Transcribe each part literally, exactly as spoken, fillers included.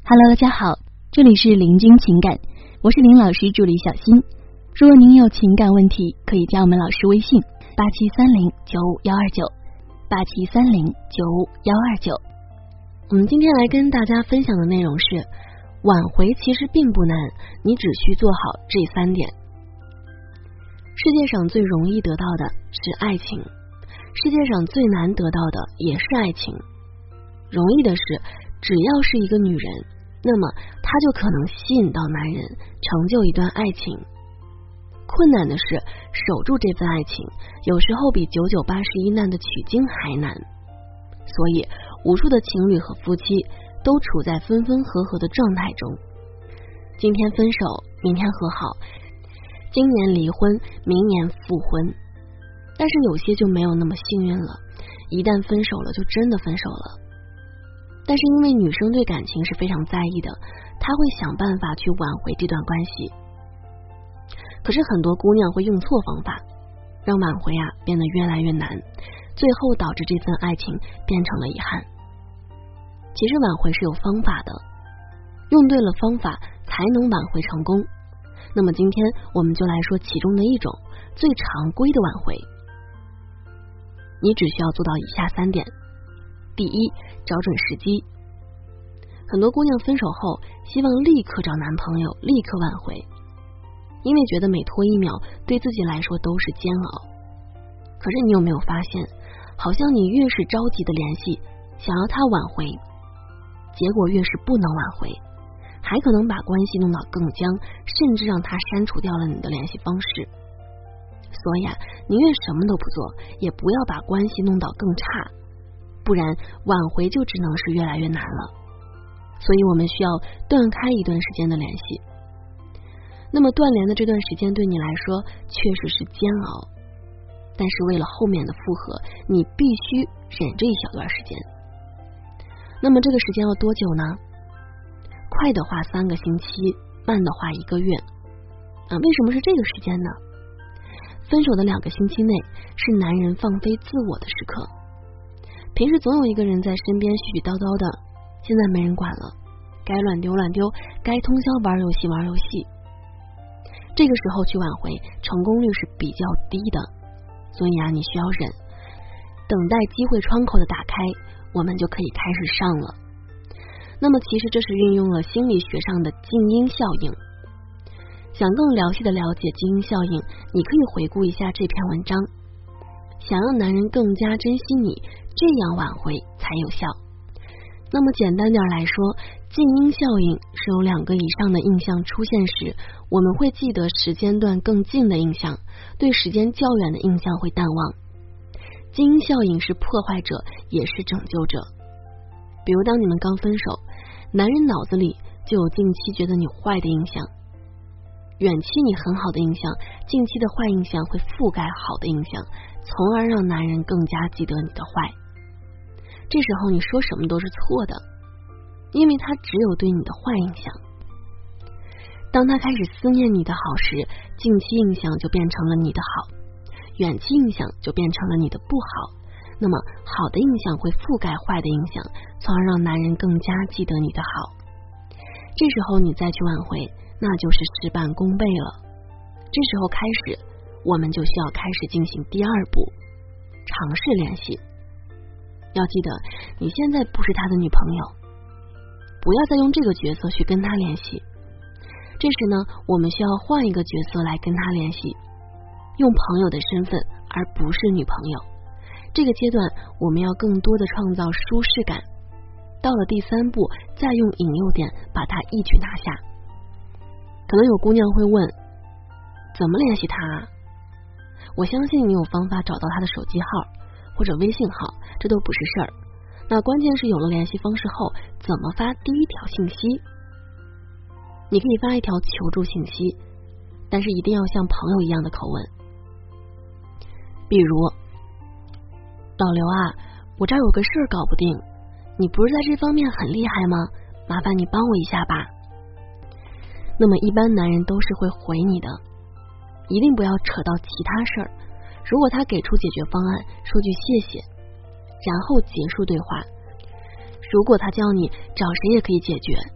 Hello， 大家好，这里是林君情感，我是林老师助理小新。如果您有情感问题，可以加我们老师微信八七三零九五幺二九八七三零九五幺二九。 我们今天来跟大家分享的内容是，挽回其实并不难，你只需做好这三点。世界上最容易得到的是爱情，世界上最难得到的也是爱情。容易的是，只要是一个女人，那么她就可能吸引到男人，成就一段爱情。困难的是，守住这份爱情，有时候比九九八十一难的取经还难。所以，无数的情侣和夫妻都处在分分合合的状态中。今天分手，明天和好，今年离婚，明年复婚。但是有些就没有那么幸运了，一旦分手了，就真的分手了。但是因为女生对感情是非常在意的，她会想办法去挽回这段关系。可是很多姑娘会用错方法，让挽回啊变得越来越难，最后导致这份爱情变成了遗憾。其实挽回是有方法的，用对了方法才能挽回成功。那么今天我们就来说其中的一种最常规的挽回。你只需要做到以下三点。第一，找准时机。很多姑娘分手后希望立刻找男朋友，立刻挽回，因为觉得每拖一秒对自己来说都是煎熬。可是你有没有发现，好像你越是着急的联系，想要他挽回，结果越是不能挽回，还可能把关系弄到更僵，甚至让他删除掉了你的联系方式。所以啊，宁愿什么都不做，也不要把关系弄到更差，不然挽回就只能是越来越难了。所以我们需要断开一段时间的联系。那么断联的这段时间对你来说确实是煎熬，但是为了后面的复合，你必须忍这一小段时间。那么这个时间要多久呢？快的话三个星期，慢的话一个月。啊，为什么是这个时间呢？分手的两个星期内是男人放飞自我的时刻。平时总有一个人在身边絮絮叨叨的，现在没人管了，该乱丢乱丢，该通宵玩游戏玩游戏。这个时候去挽回，成功率是比较低的，所以啊，你需要忍，等待机会窗口的打开，我们就可以开始上了。那么其实这是运用了心理学上的静音效应。想更详细的了解静音效应，你可以回顾一下这篇文章。想让男人更加珍惜你，这样挽回才有效。那么简单点来说，静音效应是有两个以上的印象出现时，我们会记得时间段更近的印象，对时间较远的印象会淡忘。静音效应是破坏者，也是拯救者。比如当你们刚分手，男人脑子里就有近期觉得你坏的印象，远期你很好的印象，近期的坏印象会覆盖好的印象，从而让男人更加记得你的坏。这时候你说什么都是错的，因为他只有对你的坏印象。当他开始思念你的好时，近期印象就变成了你的好，远期印象就变成了你的不好。那么好的印象会覆盖坏的印象，从而让男人更加记得你的好。这时候你再去挽回，那就是事半功倍了。这时候开始，我们就需要开始进行第二步，尝试联系。要记得，你现在不是他的女朋友，不要再用这个角色去跟他联系。这时呢，我们需要换一个角色来跟他联系，用朋友的身份，而不是女朋友。这个阶段，我们要更多的创造舒适感。到了第三步，再用引诱点把他一举拿下。可能有姑娘会问，怎么联系他啊？我相信你有方法找到他的手机号或者微信号，这都不是事儿。那关键是有了联系方式后，怎么发第一条信息？你可以发一条求助信息，但是一定要像朋友一样的口吻。比如，老刘啊，我这儿有个事儿搞不定，你不是在这方面很厉害吗？麻烦你帮我一下吧。那么一般男人都是会回你的，一定不要扯到其他事儿。如果他给出解决方案，说句谢谢，然后结束对话。如果他叫你找谁也可以解决，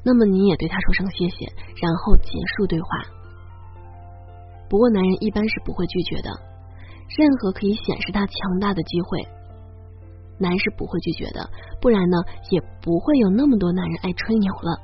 那么你也对他说声谢谢，然后结束对话。不过男人一般是不会拒绝的，任何可以显示他强大的机会，男是不会拒绝的，不然呢也不会有那么多男人爱吹牛了。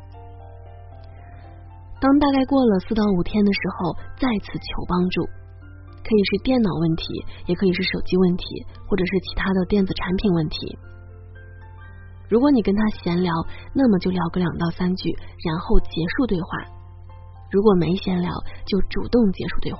当大概过了四到五天的时候，再次求帮助，可以是电脑问题，也可以是手机问题，或者是其他的电子产品问题。如果你跟他闲聊，那么就聊个两到三句，然后结束对话。如果没闲聊，就主动结束对话。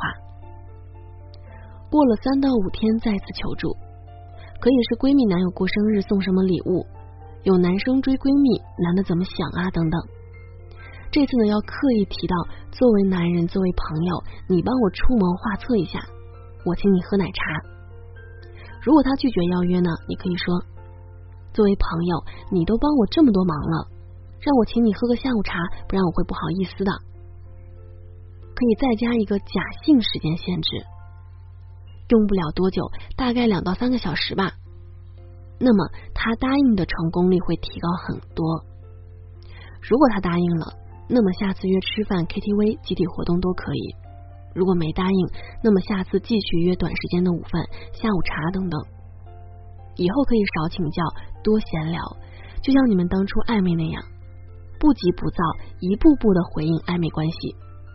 过了三到五天再次求助，可以是闺蜜男友过生日送什么礼物，有男生追闺蜜，男的怎么想啊等等。这次呢要刻意提到，作为男人，作为朋友，你帮我出谋划策一下，我请你喝奶茶。如果他拒绝邀约呢，你可以说，作为朋友，你都帮我这么多忙了，让我请你喝个下午茶，不然我会不好意思的。可以再加一个假性时间限制，用不了多久，大概两到三个小时吧。那么他答应的成功率会提高很多。如果他答应了，那么下次约吃饭、K T V、集体活动都可以。如果没答应，那么下次继续约短时间的午饭、下午茶等等。以后可以少请教，多闲聊，就像你们当初暧昧那样，不急不躁，一步步的回应暧昧关系。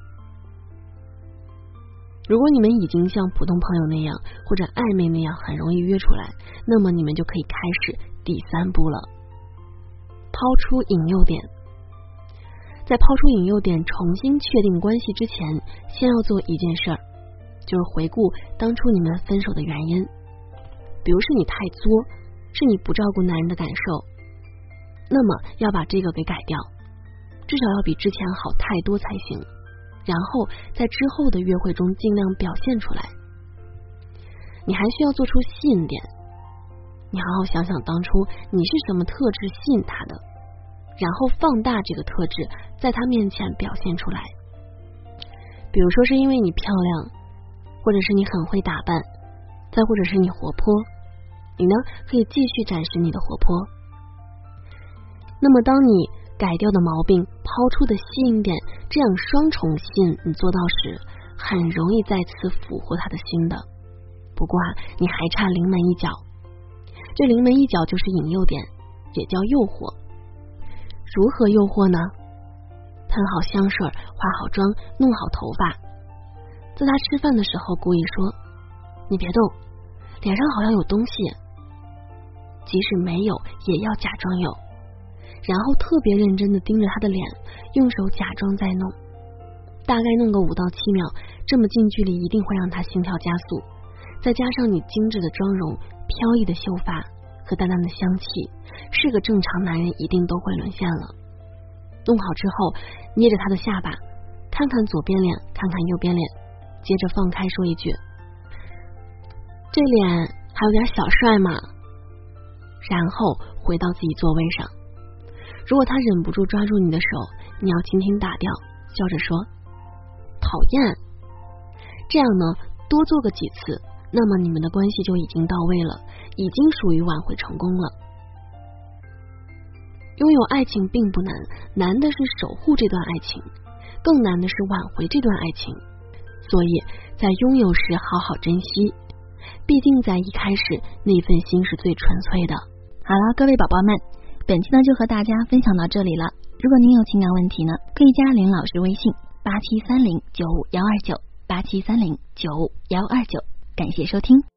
如果你们已经像普通朋友那样，或者暧昧那样很容易约出来，那么你们就可以开始第三步了，抛出引诱点。在抛出引诱点重新确定关系之前，先要做一件事儿，就是回顾当初你们分手的原因。比如是你太作，是你不照顾男人的感受，那么要把这个给改掉，至少要比之前好太多才行。然后在之后的约会中尽量表现出来。你还需要做出吸引点，你好好想想当初你是什么特质吸引他的，然后放大这个特质在他面前表现出来。比如说是因为你漂亮，或者是你很会打扮，再或者是你活泼，你呢可以继续展示你的活泼。那么当你改掉的毛病，抛出的吸引点，这样双重吸引你做到时，很容易再次俘获他的心的。不过啊，你还差临门一脚，这临门一脚就是引诱点，也叫诱惑。如何诱惑呢？喷好香水，化好妆，弄好头发，在他吃饭的时候故意说，你别动，脸上好像有东西，即使没有也要假装有，然后特别认真的盯着他的脸，用手假装在弄，大概弄个五到七秒，这么近距离一定会让他心跳加速。再加上你精致的妆容、飘逸的秀发和淡淡的香气，是个正常男人一定都会沦陷了。弄好之后，捏着他的下巴，看看左边脸，看看右边脸，接着放开说一句，这脸还有点小帅嘛，然后回到自己座位上。如果他忍不住抓住你的手，你要轻轻打掉，笑着说讨厌。这样呢，多做个几次，那么你们的关系就已经到位了，已经属于挽回成功了。拥有爱情并不难，难的是守护这段爱情，更难的是挽回这段爱情。所以在拥有时好好珍惜，毕竟在一开始那份心是最纯粹的。 好了，各位宝宝们，本期呢就和大家分享到这里了。如果您有情感问题呢，可以加林老师微信八七三零九五幺二九八七三零九五幺二九，感谢收听。